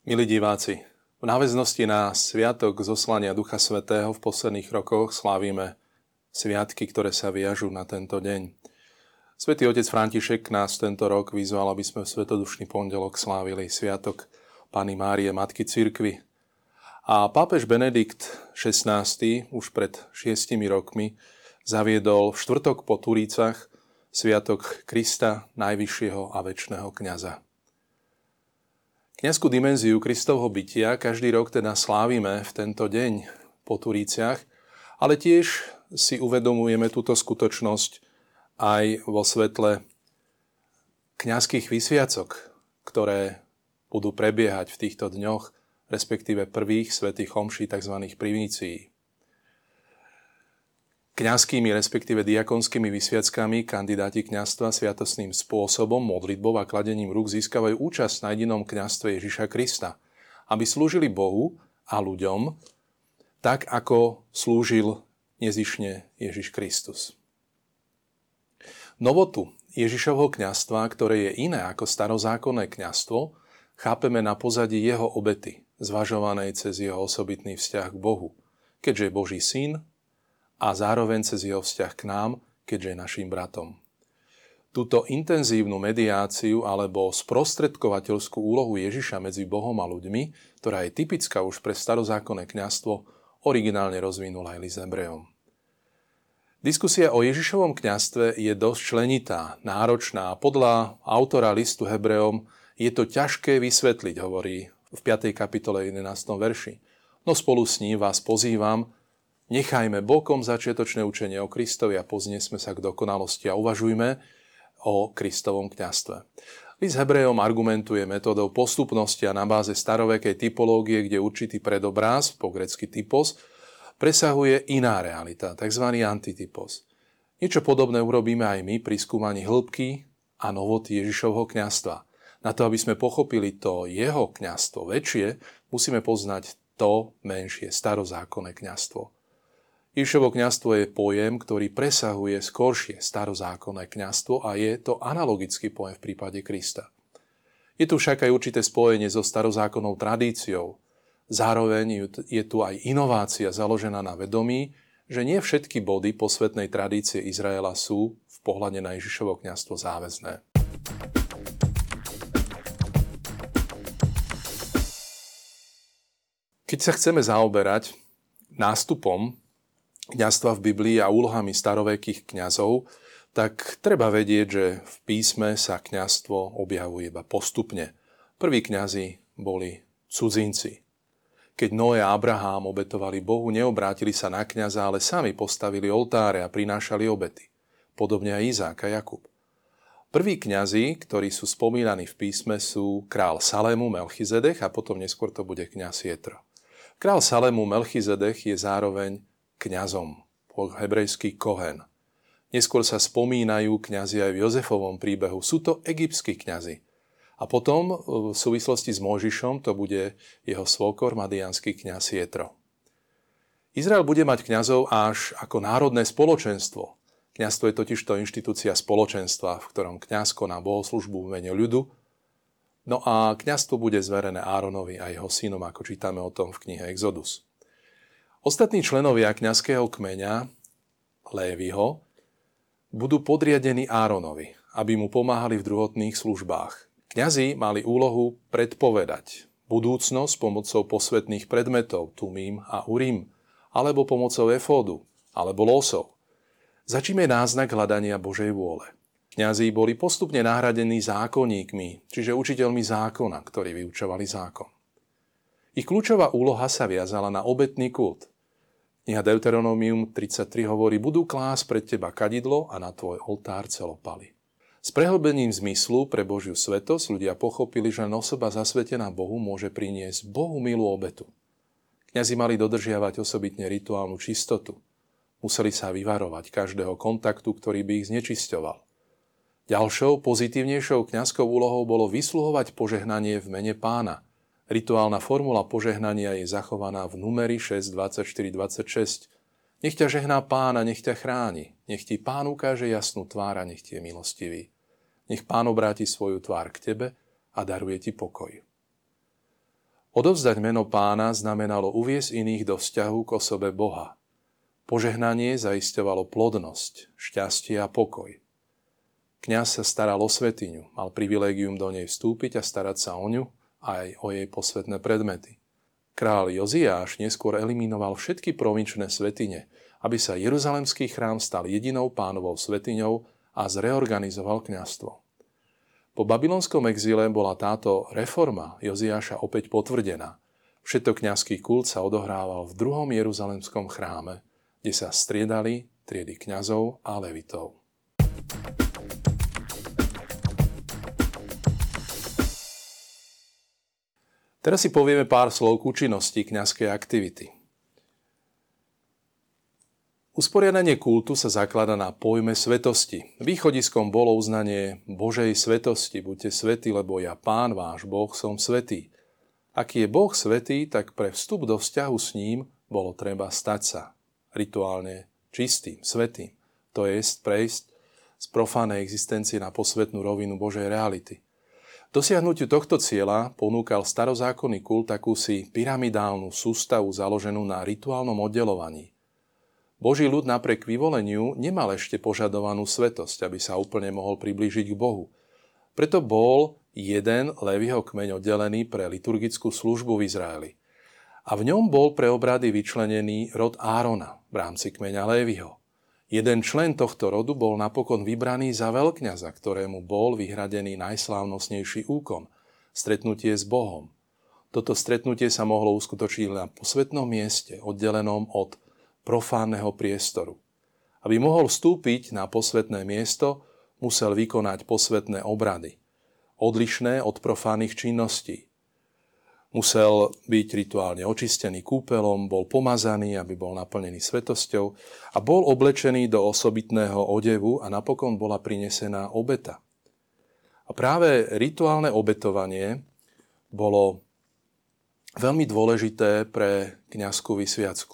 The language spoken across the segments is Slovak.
Milí diváci, v náväznosti na sviatok zoslania Ducha Svätého v posledných rokoch slávime sviatky, ktoré sa viažú na tento deň. Svätý otec František nás tento rok vyzval, aby sme v Svetodušný pondelok slávili sviatok Panny Márie, Matky cirkvi. A pápež Benedikt XVI už pred 6 rokmi zaviedol v štvrtok po Turícach sviatok Krista, najvyššieho a večného kňaza. Kňazskú dimenziu Kristovho bytia každý rok teda slávime v tento deň po Turíciach, ale tiež si uvedomujeme túto skutočnosť aj vo svetle kňazských vysviacok, ktoré budú prebiehať v týchto dňoch, respektíve prvých svätých omší, tzv. Privícií. Kňazskými, respektíve diakonskými vysviackami kandidáti kňazstva sviatostným spôsobom, modlitbou a kladením rúk získavajú účasť na jedinom kňazstve Ježiša Krista, aby slúžili Bohu a ľuďom tak, ako slúžil nezišne Ježiš Kristus. Novotu Ježišovho kňazstva, ktoré je iné ako starozákonné kňazstvo, chápeme na pozadí jeho obety, zvažovanej cez jeho osobitný vzťah k Bohu, keďže je Boží syn, a zároveň cez jeho vzťah k nám, keďže je našim bratom. Túto intenzívnu mediáciu alebo sprostredkovateľskú úlohu Ježiša medzi Bohom a ľuďmi, ktorá je typická už pre starozákonné kňazstvo, originálne rozvinul aj list Hebrejom. Diskusia o Ježišovom kňazstve je dosť členitá, náročná a podľa autora listu Hebrejom je to ťažké vysvetliť, hovorí v 5. kapitole 11. verši. No spolu s ním vás pozývam, nechajme bokom začiatočné učenie o Kristovi a pozniesme sa k dokonalosti a uvažujme o Kristovom kňazstve. List Hebrejom argumentuje metódou postupnosti a na báze starovekej typológie, kde určitý predobráz, po grécky typos, presahuje iná realita, tzv. Antitypos. Niečo podobné urobíme aj my pri skúmaní hĺbky a novoty Ježišovho kňazstva. Na to, aby sme pochopili to jeho kňazstvo väčšie, musíme poznať to menšie, starozákonné kňazstvo. Ježišovo kňazstvo je pojem, ktorý presahuje skoršie starozákonné kňazstvo a je to analogický pojem v prípade Krista. Je tu však aj určité spojenie so starozákonnou tradíciou. Zároveň je tu aj inovácia založená na vedomí, že nie všetky body posvätnej tradície Izraela sú v pohľade na Ježišovo kňazstvo záväzné. Keď sa chceme zaoberať nástupom kňazstva v Biblii a úlohami starovekých kňazov, tak treba vedieť, že v písme sa kňazstvo objavuje iba postupne. Prví kňazi boli cudzinci. Keď Noé a Abrahám obetovali Bohu, neobrátili sa na kňaza, ale sami postavili oltáre a prinášali obety. Podobne aj Izák a Jakub. Prví kňazi, ktorí sú spomínaní v písme, sú král Salému Melchizedech a potom neskôr to bude kňaz Jetro. Král Salému Melchizedech je zároveň kňazom, po hebrejský Kohen. Neskôr sa spomínajú kňazi aj v Jozefovom príbehu. Sú to egyptskí kňazi. A potom v súvislosti s Mojžišom to bude jeho svokor, madiánsky kňaz Jetro. Izrael bude mať kňazov až ako národné spoločenstvo. Kňazstvo je totižto inštitúcia spoločenstva, v ktorom kňaz koná bohoslužbu v mene ľudu. No a kňazstvo bude zverené Áronovi a jeho synom, ako čítame o tom v knihe Exodus. Ostatní členovia kňazského kmeňa Léviho budú podriadení Áronovi, aby mu pomáhali v druhotných službách. Kňazi mali úlohu predpovedať budúcnosť pomocou posvätných predmetov Tumím a Urim, alebo pomocou efódu, alebo losov. Začíme náznak hľadania Božej vôle. Kňazi boli postupne nahradení zákonníkmi, čiže učiteľmi zákona, ktorí vyučovali zákon. Ich kľúčová úloha sa viazala na obetný kult. Kniha Deuteronomium 33 hovorí, budú klásť pred teba kadidlo a na tvoj oltár celopaly. S prehlbením zmyslu pre Božiu svetosť ľudia pochopili, že len osoba zasvetená Bohu môže priniesť Bohu milú obetu. Kňazi mali dodržiavať osobitne rituálnu čistotu. Museli sa vyvarovať každého kontaktu, ktorý by ich znečisťoval. Ďalšou pozitívnejšou kňazskou úlohou bolo vysluhovať požehnanie v mene Pána. Rituálna formula požehnania je zachovaná v Numeri 6, 24-26. Nech ťa žehná Pán a nech ťa chráni. Nech ti Pán ukáže jasnú tvár a nech ti je milostivý. Nech Pán obráti svoju tvár k tebe a daruje ti pokoj. Odovzdať meno Pána znamenalo uviesť iných do vzťahu k osobe Boha. Požehnanie zaisťovalo plodnosť, šťastie a pokoj. Kňaz sa staral o svätyňu, mal privilégium do nej vstúpiť a starať sa o ňu aj o jej posvätné predmety. Kráľ Joziáš neskôr eliminoval všetky provinčné svätyne, aby sa Jeruzalemský chrám stal jedinou Pánovou svätyňou a zreorganizoval kňazstvo. Po babylonskom exíle bola táto reforma Joziáša opäť potvrdená. Všetokňazský kult sa odohrával v druhom Jeruzalemskom chráme, kde sa striedali triedy kňazov a levitov. Teraz si povieme pár slov k účinnosti kňazskej aktivity. Usporiadanie kultu sa zaklada na pojme svetosti. Východiskom bolo uznanie Božej svetosti. Buďte svätí, lebo ja, Pán váš Boh, som svätý. Ak je Boh svätý, tak pre vstup do vzťahu s ním bolo treba stať sa rituálne čistým, svätým. To je prejsť z profánnej existencie na posvätnú rovinu Božej reality. Dosiahnutiu tohto cieľa ponúkal starozákonný kult akúsi pyramidálnu sústavu založenú na rituálnom oddelovaní. Boží ľud napriek vyvoleniu nemal ešte požadovanú svätosť, aby sa úplne mohol priblížiť k Bohu. Preto bol jeden Léviho kmeň oddelený pre liturgickú službu v Izraeli. A v ňom bol pre obrady vyčlenený rod Árona v rámci kmeňa Léviho. Jeden člen tohto rodu bol napokon vybraný za veľkňaza, ktorému bol vyhradený najslávnostnejší úkon – stretnutie s Bohom. Toto stretnutie sa mohlo uskutočniť na posvätnom mieste, oddelenom od profánneho priestoru. Aby mohol vstúpiť na posvätné miesto, musel vykonať posvätné obrady, odlišné od profánnych činností. Musel byť rituálne očistený kúpelom, bol pomazaný, aby bol naplnený svätosťou a bol oblečený do osobitného odevu a napokon bola prinesená obeta. A práve rituálne obetovanie bolo veľmi dôležité pre kňazskú vysviacku.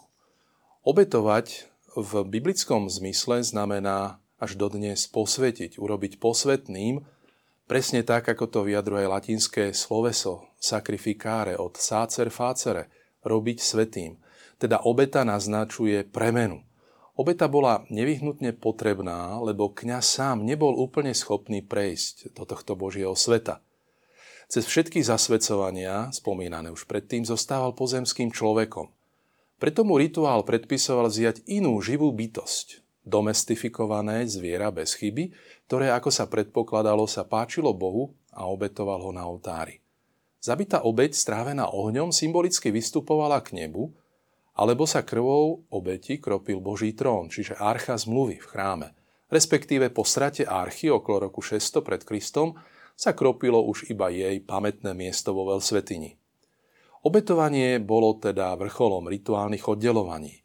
Obetovať v biblickom zmysle znamená až dodnes posvätiť, urobiť posvätným, presne tak, ako to vyjadruje latinské sloveso sacrificare od sacer facere, robiť svätým. Teda obeta naznačuje premenu. Obeta bola nevyhnutne potrebná, lebo kňaz sám nebol úplne schopný prejsť do tohto Božieho sveta. Cez všetky zasvedcovania, spomínané už predtým, zostával pozemským človekom. Preto mu rituál predpisoval vziať inú živú bytosť, domestifikované zviera bez chyby, ktoré, ako sa predpokladalo, sa páčilo Bohu a obetoval ho na oltári. Zabitá obeť strávená ohňom symbolicky vystupovala k nebu, alebo sa krvou obeti kropil Boží trón, čiže archa zmluvy v chráme. Respektíve po strate archy okolo roku 600 pred Kristom sa kropilo už iba jej pamätné miesto vo veľsvätyni. Obetovanie bolo teda vrcholom rituálnych oddelovaní.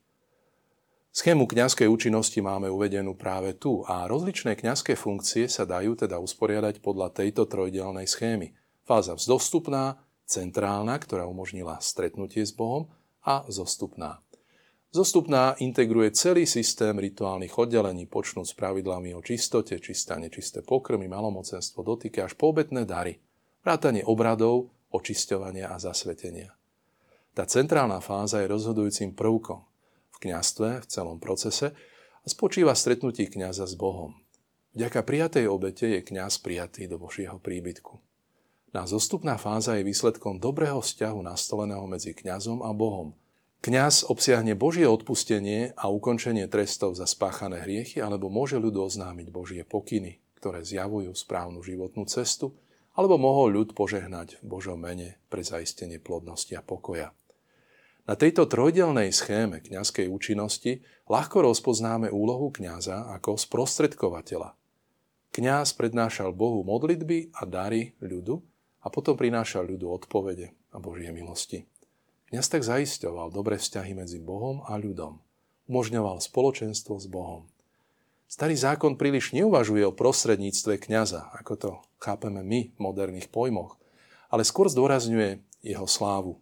Schému kňazskej účinnosti máme uvedenú práve tu a rozličné kňazské funkcie sa dajú teda usporiadať podľa tejto trojdelnej schémy. Fáza vzdostupná, centrálna, ktorá umožnila stretnutie s Bohom, a zostupná. Zostupná integruje celý systém rituálnych oddelení, počnúť s pravidlami o čistote, čisté a nečisté pokrmy, malomocenstvo, dotyky až po obetné dary, vrátanie obradov, očisťovania a zasvetenia. Tá centrálna fáza je rozhodujúcim prvkom v kňazstve, v celom procese a spočíva v stretnutí kňaza s Bohom. Vďaka prijatej obete je kňaz prijatý do Božieho príbytku. Tá zostupná fáza je výsledkom dobrého vzťahu nastoleného medzi kňazom a Bohom. Kňaz obsiahne Božie odpustenie a ukončenie trestov za spáchané hriechy alebo môže ľudu oznámiť Božie pokyny, ktoré zjavujú správnu životnú cestu, alebo mohol ľud požehnať v Božom mene pre zaistenie plodnosti a pokoja. Na tejto trojdelnej schéme kňazskej účinnosti ľahko rozpoznáme úlohu kňaza ako sprostredkovateľa. Kňaz prednášal Bohu modlitby a dary ľudu a potom prinášal ľudu odpovede a Božie milosti. Kňaz tak zaisťoval dobré vzťahy medzi Bohom a ľudom. Umožňoval spoločenstvo s Bohom. Starý zákon príliš neuvažuje o prostredníctve kňaza, ako to chápeme my v moderných pojmoch, ale skôr zdôrazňuje jeho slávu.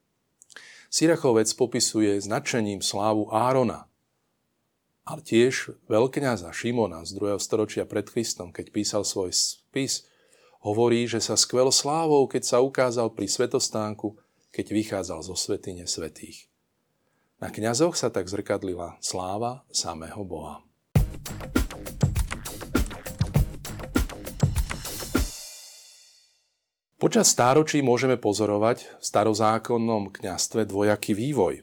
Sirachovec popisuje značením slávu Árona, ale tiež veľkňaza Šimona z 2. storočia pred Kristom, keď písal svoj spis, hovorí, že sa skvel slávou, keď sa ukázal pri svetostánku, keď vychádzal zo svätyne svätých. Na kňazoch sa tak zrkadlila sláva samého Boha. Počas stáročí môžeme pozorovať v starozákonnom kňazstve dvojaký vývoj.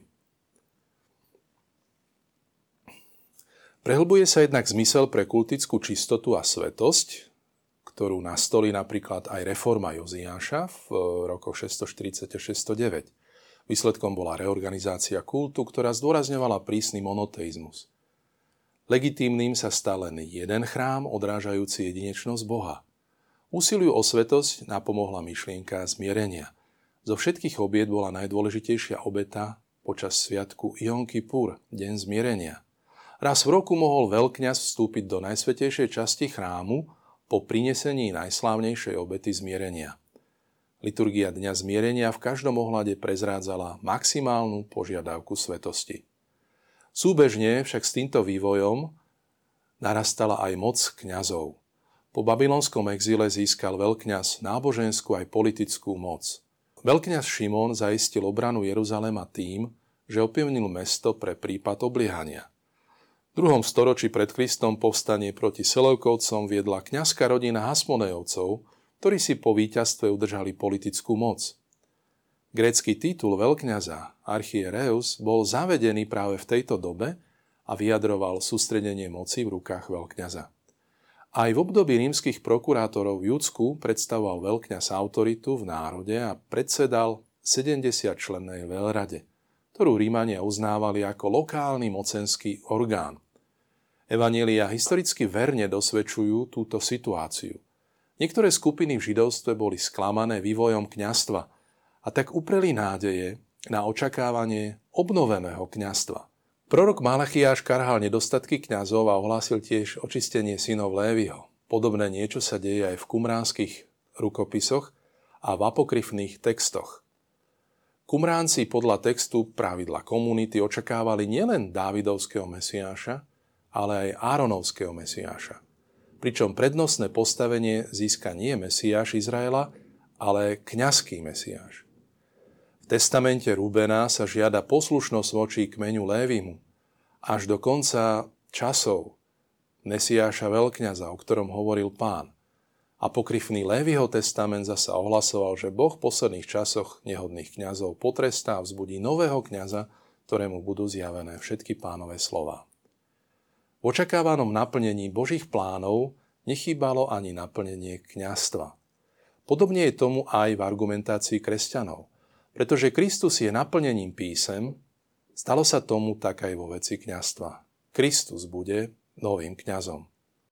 Prehlbuje sa jednak zmysel pre kultickú čistotu a svätosť, ktorú nastolí napríklad aj reforma Joziáša v rokoch 640 a 609. Výsledkom bola reorganizácia kultu, ktorá zdôrazňovala prísny monoteizmus. Legitímnym sa stal len jeden chrám, odrážajúci jedinečnosť Boha. Úsiliu o svätosť napomohla myšlienka zmierenia. Zo všetkých obiet bola najdôležitejšia obeta počas sviatku Jom Kipur, deň zmierenia. Raz v roku mohol veľkňaz vstúpiť do najsvätejšej časti chrámu po prinesení najslávnejšej obety zmierenia. Liturgia Dňa zmierenia v každom ohľade prezrádzala maximálnu požiadavku svetosti. Súbežne však s týmto vývojom narastala aj moc kňazov. Po babylonskom exíle získal veľkňaz náboženskú aj politickú moc. Veľkňaz Šimon zaistil obranu Jeruzalema tým, že opevnil mesto pre prípad obliehania. V 2. storočí pred Kristom povstanie proti Seleukovcom viedla kňazská rodina Hasmonejovcov, ktorí si po víťazstve udržali politickú moc. Grécky titul veľkňaza archiereus bol zavedený práve v tejto dobe a vyjadroval sústredenie moci v rukách veľkňaza. Aj v období rímskych prokurátorov v Judsku predstavoval veľkňaz autoritu v národe a predsedal 70-člennej veľrade, ktorú Rímania uznávali ako lokálny mocenský orgán. Evanjelia historicky verne dosvedčujú túto situáciu. Niektoré skupiny v židovstve boli sklamané vývojom kňazstva a tak upreli nádeje na očakávanie obnoveného kňazstva. Prorok Malachiáš karhal nedostatky kňazov a ohlásil tiež očistenie synov Léviho. Podobné niečo sa deje aj v qumránskych rukopisoch a v apokryfných textoch. Qumránci podľa textu pravidla komunity očakávali nielen Dávidovského Mesiáša, ale aj Áronovského Mesiáša. Pričom prednostné postavenie získa nie Mesiáš Izraela, ale kňazský Mesiáš. V testamente Rúbena sa žiada poslušnosť voči kmeňu Lévimu až do konca časov Mesiáša veľkňaza, o ktorom hovoril Pán. Apokryfný Léviho testament zasa ohlasoval, že Boh v posledných časoch nehodných kňazov potrestá a vzbudí nového kňaza, ktorému budú zjavené všetky Pánove slová. V očakávanom naplnení Božích plánov nechýbalo ani naplnenie kňazstva. Podobne je tomu aj v argumentácii kresťanov. Pretože Kristus je naplnením písem, stalo sa tomu tak aj vo veci kňazstva. Kristus bude novým kňazom.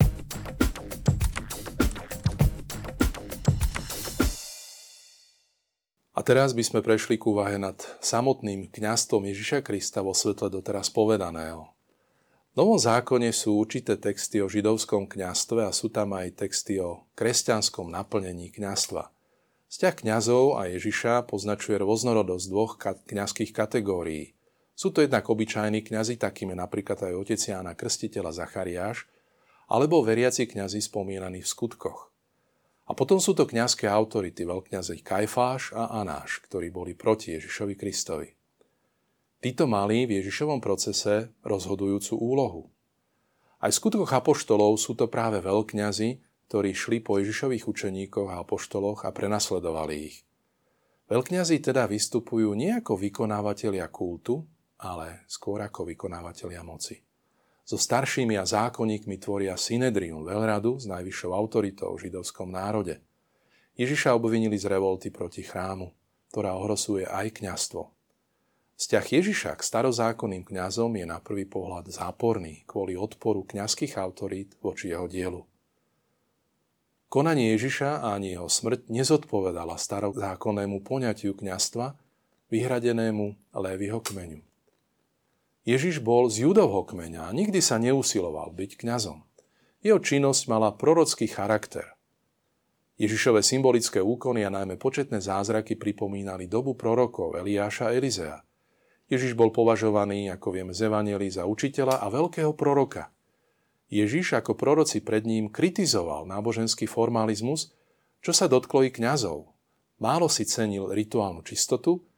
A teraz by sme prešli k úvahe nad samotným kňazstvom Ježiša Krista vo svetle doteraz povedaného. V Novom zákone sú určité texty o židovskom kňazstve a sú tam aj texty o kresťanskom naplnení kňazstva. Vzťah kňazov a Ježiša poznačuje rôznorodosť dvoch kňazských kategórií. Sú to jednak obyčajní kňazi, takými napríklad aj otec Jána Krstiteľa Zachariáš, alebo veriaci kňazi spomínaní v skutkoch. A potom sú to kňazské autority, veľkňazi Kajfáš a Anáš, ktorí boli proti Ježišovi Kristovi. Títo mali v Ježišovom procese rozhodujúcu úlohu. Aj v skutkoch apoštolov sú to práve veľkňazi, ktorí šli po Ježišových učeníkoch a apoštoloch a prenasledovali ich. Veľkňazi teda vystupujú nie ako vykonávatelia kultu, ale skôr ako vykonávatelia moci. So staršími a zákonníkmi tvoria synedrium, veľradu s najvyššou autoritou v židovskom národe. Ježiša obvinili z revolty proti chrámu, ktorá ohrozuje aj kňazstvo. Vzťah Ježiša k starozákonným kňazom je na prvý pohľad záporný kvôli odporu kňazských autorít voči jeho dielu. Konanie Ježiša a ani jeho smrť nezodpovedala starozákonnému poňatiu kňazstva vyhradenému Léviho kmeňu. Ježiš bol z Judovho kmeňa a nikdy sa neusiloval byť kňazom. Jeho činnosť mala prorocký charakter. Ježišove symbolické úkony a najmä početné zázraky pripomínali dobu prorokov Eliáša a Elizea. Ježiš bol považovaný, ako vieme z Evanjelií, za učiteľa a veľkého proroka. Ježiš ako proroci pred ním kritizoval náboženský formalizmus, čo sa dotklo i kňazov. Málo si cenil rituálnu čistotu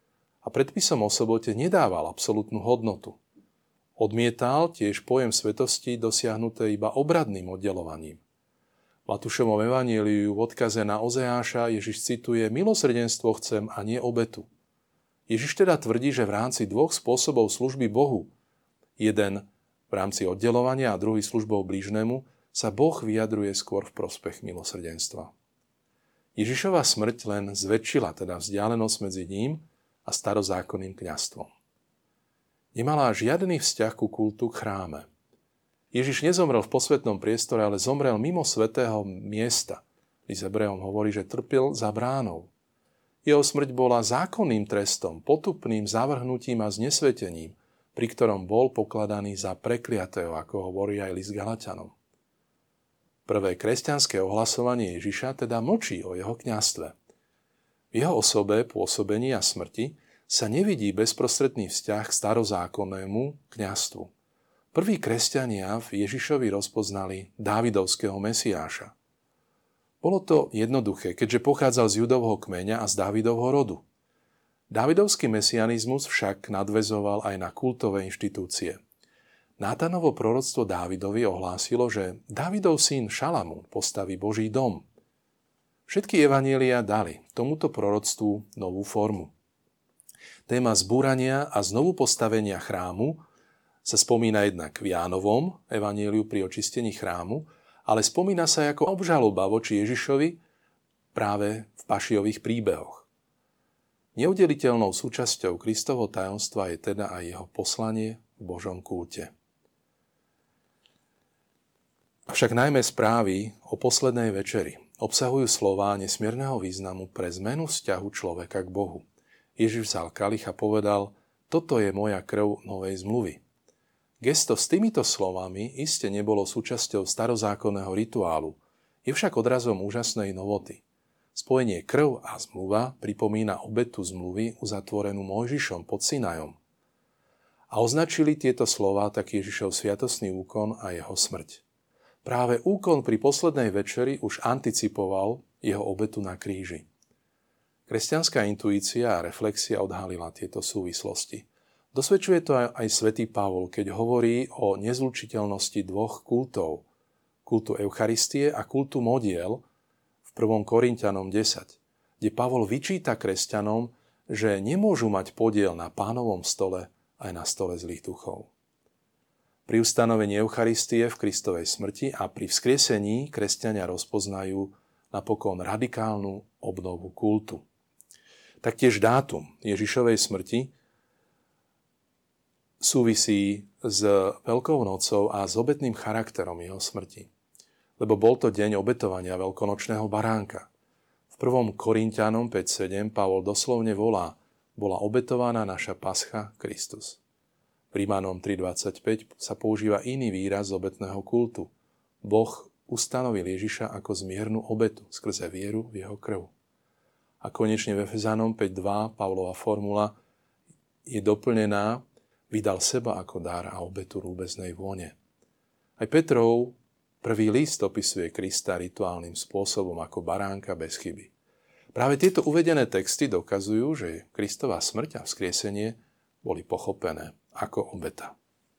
a predpisom o sobote nedával absolútnu hodnotu. Odmietal tiež pojem svetosti dosiahnuté iba obradným oddelovaním. V Matúšovom evanjeliu v odkaze na Ozeáša Ježiš cituje: milosrdenstvo chcem a nie obetu. Ježiš teda tvrdí, že v rámci dvoch spôsobov služby Bohu, jeden v rámci oddelovania a druhý službou blížnemu, sa Boh vyjadruje skôr v prospech milosrdenstva. Ježišova smrť len zväčšila teda vzdialenosť medzi ním a starozákonným kňazstvom. Nemala žiadny vzťah ku kultu k chráme. Ježiš nezomrel v posvätnom priestore, ale zomrel mimo svätého miesta. List Hebrejom hovorí, že trpel za bránou. Jeho smrť bola zákonným trestom, potupným zavrhnutím a znesvetením, pri ktorom bol pokladaný za prekliatého, ako hovorí aj list Galatianom. Prvé kresťanské ohlasovanie Ježiša teda mlčí o jeho kňazstve. V jeho osobe, pôsobení a smrti sa nevidí bezprostredný vzťah k starozákonnému kňazstvu. Prví kresťania v Ježišovi rozpoznali Dávidovského Mesiáša. Bolo to jednoduché, keďže pochádzal z Judovho kmeňa a z Dávidovho rodu. Dávidovský mesianizmus však nadväzoval aj na kultové inštitúcie. Nátanovo proroctvo Dávidovi ohlásilo, že Dávidov syn Šalamún postaví Boží dom. Všetky evanjelia dali tomuto proroctvu novú formu. Téma zbúrania a znovu postavenia chrámu sa spomína jednak v Jánovom evanjeliu pri očistení chrámu, ale spomína sa ako obžaloba voči Ježišovi práve v Pašiových príbehoch. Neudeliteľnou súčasťou Kristovho tajomstva je teda aj jeho poslanie v Božom kulte. Avšak najmä správy o poslednej večeri obsahujú slová nesmierneho významu pre zmenu vzťahu človeka k Bohu. Ježiš vzal kalich a povedal: toto je moja krv novej zmluvy. Gesto s týmito slovami iste nebolo súčasťou starozákonného rituálu, je však odrazom úžasnej novoty. Spojenie krv a zmluva pripomína obetu zmluvy uzatvorenú Mojžišom pod Sinajom. A označili tieto slová tak Ježišov sviatostný úkon a jeho smrť. Práve úkon pri poslednej večeri už anticipoval jeho obetu na kríži. Kresťanská intuícia a reflexia odhalila tieto súvislosti. Dosvedčuje to aj svätý Pavol, keď hovorí o nezlučiteľnosti dvoch kultov. Kultu Eucharistie a kultu modiel v 1. Korinťanom 10, kde Pavol vyčíta kresťanom, že nemôžu mať podiel na Pánovom stole aj na stole zlých duchov. Pri ustanovení Eucharistie v Kristovej smrti a pri vzkriesení kresťania rozpoznajú napokon radikálnu obnovu kultu. Taktiež dátum Ježišovej smrti súvisí s Veľkou nocou a s obetným charakterom jeho smrti. Lebo bol to deň obetovania veľkonočného baránka. V 1. Korinťanom 5.7 Pavol doslovne volá: bola obetovaná naša pascha Kristus. V Rímanom 3.25 sa používa iný výraz z obetného kultu. Boh ustanovil Ježiša ako zmiernu obetu skrze vieru v jeho krv. A konečne v Efezanom 5.2 Pavlova formula je doplnená: vydal seba ako dar a obetu rúbeznej vône. Aj Petrov prvý list opisuje Krista rituálnym spôsobom ako baránka bez chyby. Práve tieto uvedené texty dokazujú, že Kristova smrť a vzkriesenie boli pochopené ako obeta.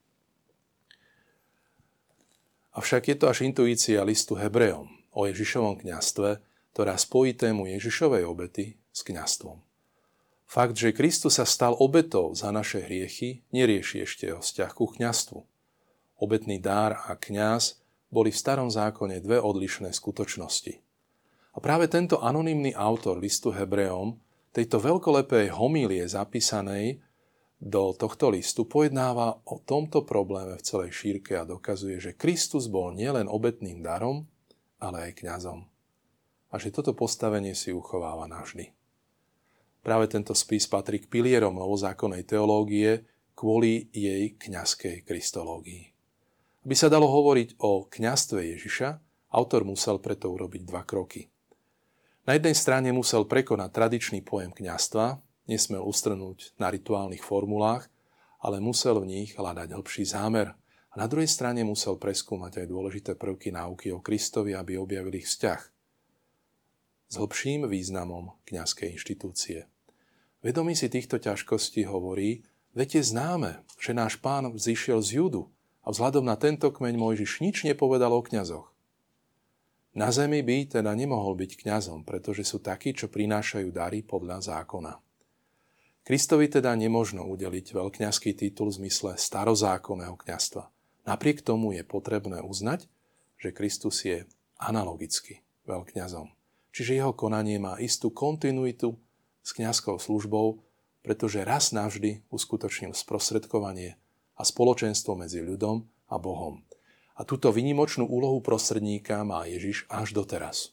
Avšak je to až intuícia listu Hebrejom o Ježišovom kňazstve, ktorá spojí tému Ježišovej obety s kňazstvom. Fakt, že Kristus sa stal obetou za naše hriechy, nerieši ešte jeho vzťah ku kňazstvu. Obetný dár a kňaz boli v starom zákone dve odlišné skutočnosti. A práve tento anonymný autor listu Hebrejom, tejto veľkolepej homílie zapísanej do tohto listu, pojednáva o tomto probléme v celej šírke a dokazuje, že Kristus bol nielen obetným darom, ale aj kňazom. A že toto postavenie si uchováva navždy. Práve tento spis patrí k pilierom novozákonnej teológie kvôli jej kňazskej kristológii. Aby sa dalo hovoriť o kňazstve Ježiša, autor musel preto urobiť dva kroky. Na jednej strane musel prekonať tradičný pojem kňazstva, nesmel ustrnúť na rituálnych formulách, ale musel v nich hľadať hlbší zámer. A na druhej strane musel preskúmať aj dôležité prvky náuky o Kristovi, aby objavil ich vzťah s hlbším významom kňazskej inštitúcie. Vedomý si týchto ťažkostí hovorí: veď je známe, že náš Pán vzišiel z Judu a vzhľadom na tento kmeň Mojžiš nič nepovedal o kňazoch. Na zemi by teda nemohol byť kňazom, pretože sú takí, čo prinášajú dary podľa zákona. Kristovi teda nemožno udeliť veľkňazský titul v zmysle starozákonného kňazstva. Napriek tomu je potrebné uznať, že Kristus je analogicky veľkňazom. Čiže jeho konanie má istú kontinuitu s kňazskou službou, pretože raz navždy uskutočnil sprostredkovanie a spoločenstvo medzi ľudom a Bohom. A túto výnimočnú úlohu prostredníka má Ježiš až doteraz.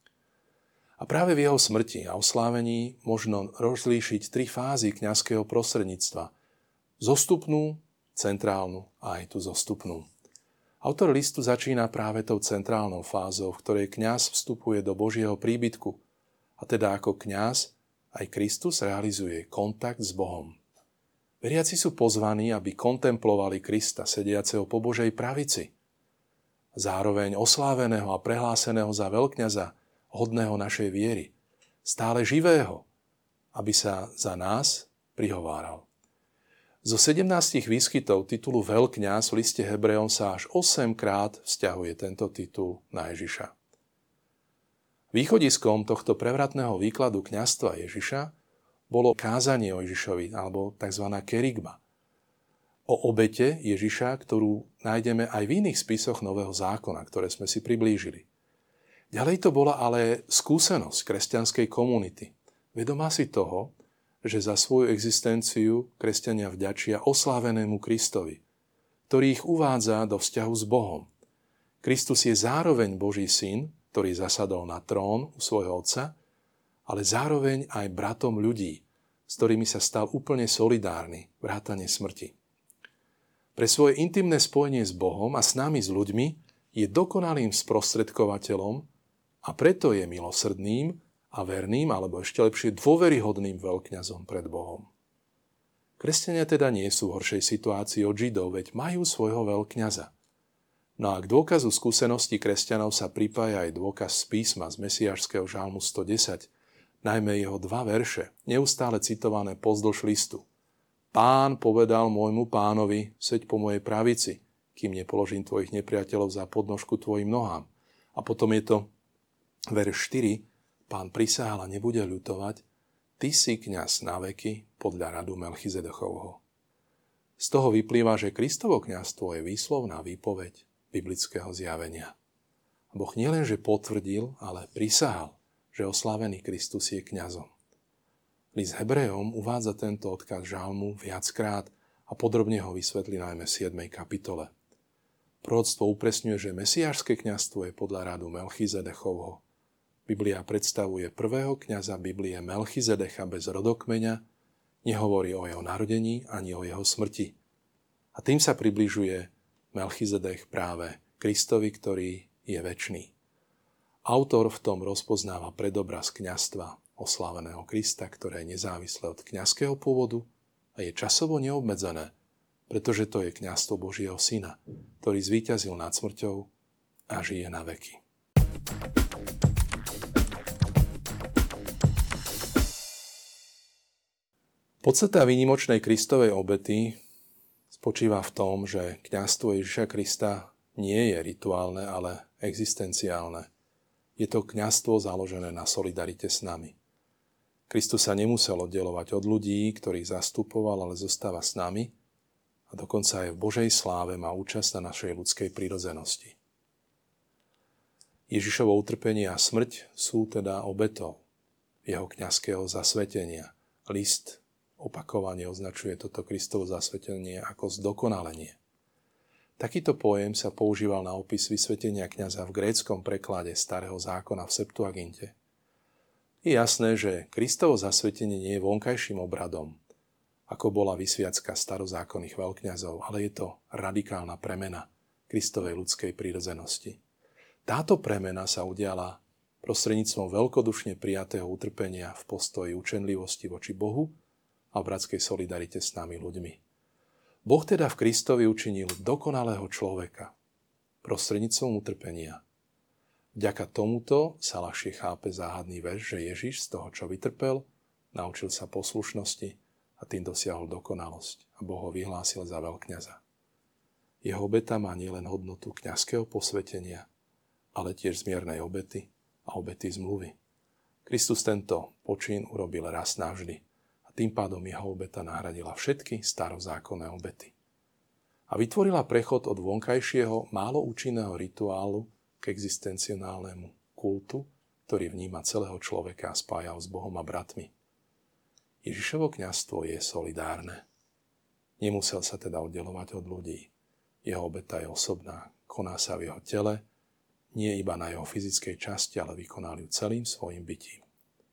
A práve v jeho smrti a oslávení možno rozlíšiť 3 fázy kňazského prostredníctva. Zostupnú, centrálnu a aj tú zostupnú. Autor listu začína práve tou centrálnou fázou, v ktorej kňaz vstupuje do Božieho príbytku. A teda ako kňaz aj Kristus realizuje kontakt s Bohom. Veriaci sú pozvaní, aby kontemplovali Krista, sediaceho po Božej pravici. Zároveň osláveného a prehláseného za veľkňaza, hodného našej viery, stále živého, aby sa za nás prihováral. Zo 17 výskytov titulu veľkňaz v liste Hebrejom sa až 8 krát vzťahuje tento titul na Ježiša. Východiskom tohto prevratného výkladu kňazstva Ježiša bolo kázanie o Ježišovi, alebo tzv. Kerygma. O obete Ježiša, ktorú nájdeme aj v iných spisoch Nového zákona, ktoré sme si priblížili. Ďalej to bola ale skúsenosť kresťanskej komunity. Vedomá si toho, že za svoju existenciu kresťania vďačia oslávenému Kristovi, ktorý ich uvádza do vzťahu s Bohom. Kristus je zároveň Boží syn, ktorý zasadol na trón u svojho otca, ale zároveň aj bratom ľudí, s ktorými sa stal úplne solidárny, vrátane smrti. Pre svoje intimné spojenie s Bohom a s nami, s ľuďmi, je dokonalým sprostredkovateľom a preto je milosrdným a verným, alebo ešte lepšie dôveryhodným veľkňazom pred Bohom. Kresťania teda nie sú v horšej situácii od Židov, veď majú svojho veľkňaza. No a k dôkazu skúsenosti kresťanov sa pripája aj dôkaz z písma z mesiášskeho žalmu 110, najmä jeho 2 verše, neustále citované pozdĺž listu. Pán povedal môjmu pánovi, seď po mojej pravici, kým nepoložím tvojich nepriateľov za podnožku tvojim nohám. A potom je to verš 4, Pán prisahal a nebude ľutovať, ty si kňaz na veky podľa radu Melchizedechovho. Z toho vyplýva, že Kristovo kňazstvo je výslovná výpoveď biblického zjavenia. Boh nielenže potvrdil, ale prisahal, že oslávený Kristus je kňazom. List Hebrejom uvádza tento odkaz žalmu viackrát a podrobne ho vysvetlí najmä v 7. kapitole. Proroctvo upresňuje, že mesiášske kňazstvo je podľa radu Melchizedechovho. Biblia predstavuje prvého kňaza Biblie Melchizedecha bez rodokmeňa, nehovorí o jeho narodení ani o jeho smrti. A tým sa približuje Melchizedech práve Kristovi, ktorý je večný. Autor v tom rozpoznáva predobraz kňazstva osláveného Krista, ktoré je nezávislé od kňazského pôvodu a je časovo neobmedzené, pretože to je kňazstvo Božieho Syna, ktorý zvíťazil nad smrťou a žije na veky. Podstata výnimočnej Kristovej obety spočíva v tom, že kňazstvo Ježiša Krista nie je rituálne, ale existenciálne. Je to kňazstvo založené na solidarite s nami. Kristus sa nemusel oddelovať od ľudí, ktorých zastupoval, ale zostáva s nami a dokonca aj v Božej sláve má účasť na našej ľudskej prirodzenosti. Ježišovo utrpenie a smrť sú teda obetou jeho kňazského zasvetenia. List opakovane označuje toto Kristovo zasvetenie ako zdokonalenie. Takýto pojem sa používal na opis vysvetenia kňaza v gréckom preklade Starého zákona v Septuaginte. Je jasné, že Kristovo zasvetenie nie je vonkajším obradom, ako bola vysviacka starozákonných veľkňazov, ale je to radikálna premena Kristovej ľudskej prirodzenosti. Táto premena sa udiala prostredníctvom veľkodušne prijatého utrpenia v postoji učenlivosti voči Bohu a v bratskej solidarite s nami ľuďmi. Boh teda v Kristovi učinil dokonalého človeka prostredníctvom utrpenia. Vďaka tomuto sa ľahšie chápe záhadný verš, že Ježiš z toho, čo vytrpel, naučil sa poslušnosti a tým dosiahol dokonalosť a Boh ho vyhlásil za veľkňaza. Jeho obeta má nielen hodnotu kňazského posvetenia, ale tiež zmiernej obety a obety zmluvy. Kristus tento počin urobil raz navždy a tým pádom jeho obeta nahradila všetky starozákonné obety. A vytvorila prechod od vonkajšieho, málo účinného rituálu k existencionálnemu kultu, ktorý vníma celého človeka a spája ho s Bohom a bratmi. Ježišovo kňazstvo je solidárne. Nemusel sa teda oddelovať od ľudí. Jeho obeta je osobná, koná sa v jeho tele, nie iba na jeho fyzickej časti, ale vykonal ju celým svojim bytím.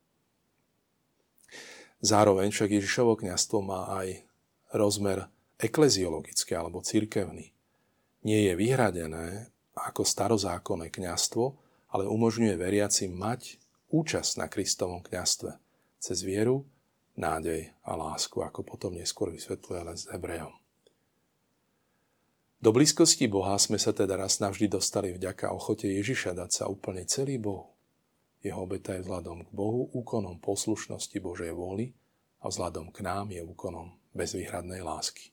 Zároveň však Ježišovo kňazstvo má aj rozmer ekleziologický alebo cirkevný. Nie je vyhradené ako starozákonné kňazstvo, ale umožňuje veriacim mať účasť na Kristovom kňazstve cez vieru, nádej a lásku, ako potom neskôr vysvetľuje list Hebrejom. Do blízkosti Boha sme sa teda raz navždy dostali vďaka ochote Ježiša dať sa úplne celý Bohu. Jeho obeta je vzhľadom k Bohu úkonom poslušnosti Božej vôli a vzhľadom k nám je úkonom bezvýhradnej lásky.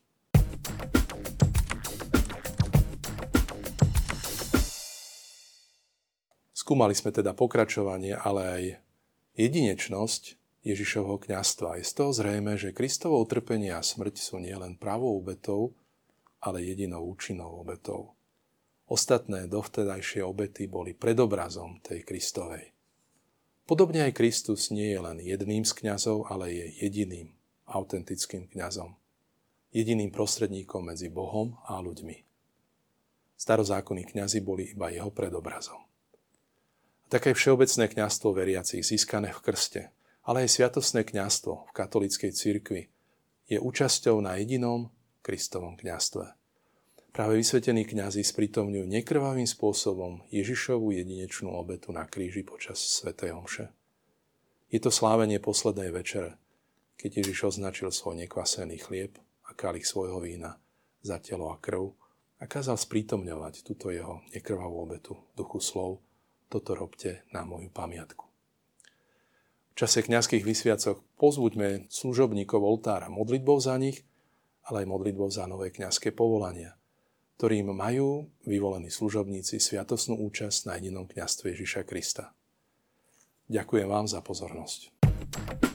Skúmali sme teda pokračovanie, ale aj jedinečnosť Ježišovho kňazstva. Je z toho zrejme, že Kristovo utrpenie a smrť sú nielen pravou obetou, ale jedinou účinnou obetou. Ostatné dovtedajšie obety boli predobrazom tej Kristovej. Podobne aj Kristus nie je len jedným z kňazov, ale je jediným autentickým kňazom. Jediným prostredníkom medzi Bohom a ľuďmi. Starozákonní kňazi boli iba jeho predobrazom. A také všeobecné kňazstvo veriacich získané v krste, ale aj sviatostné kňazstvo v katolíckej cirkvi je účasťou na jedinom Kristovom kňazstve. Práve vysvetení kňazi sprítomňujú nekrvavým spôsobom Ježišovu jedinečnú obetu na kríži počas svätej omše. Je to slávenie poslednej večere, keď Ježiš označil svoj nekvasený chlieb a kalich svojho vína za telo a krv a kázal sprítomňovať túto jeho nekrvavú obetu v duchu slov: toto robte na moju pamiatku. V čase kňazských vysviacok pozbuďme služobníkov oltára modlitbou za nich, ale aj modlitbou za nové kňazské povolania, ktorým majú vyvolení služobníci sviatosnú účasť na jedinom kňazstve Ježiša Krista. Ďakujem vám za pozornosť.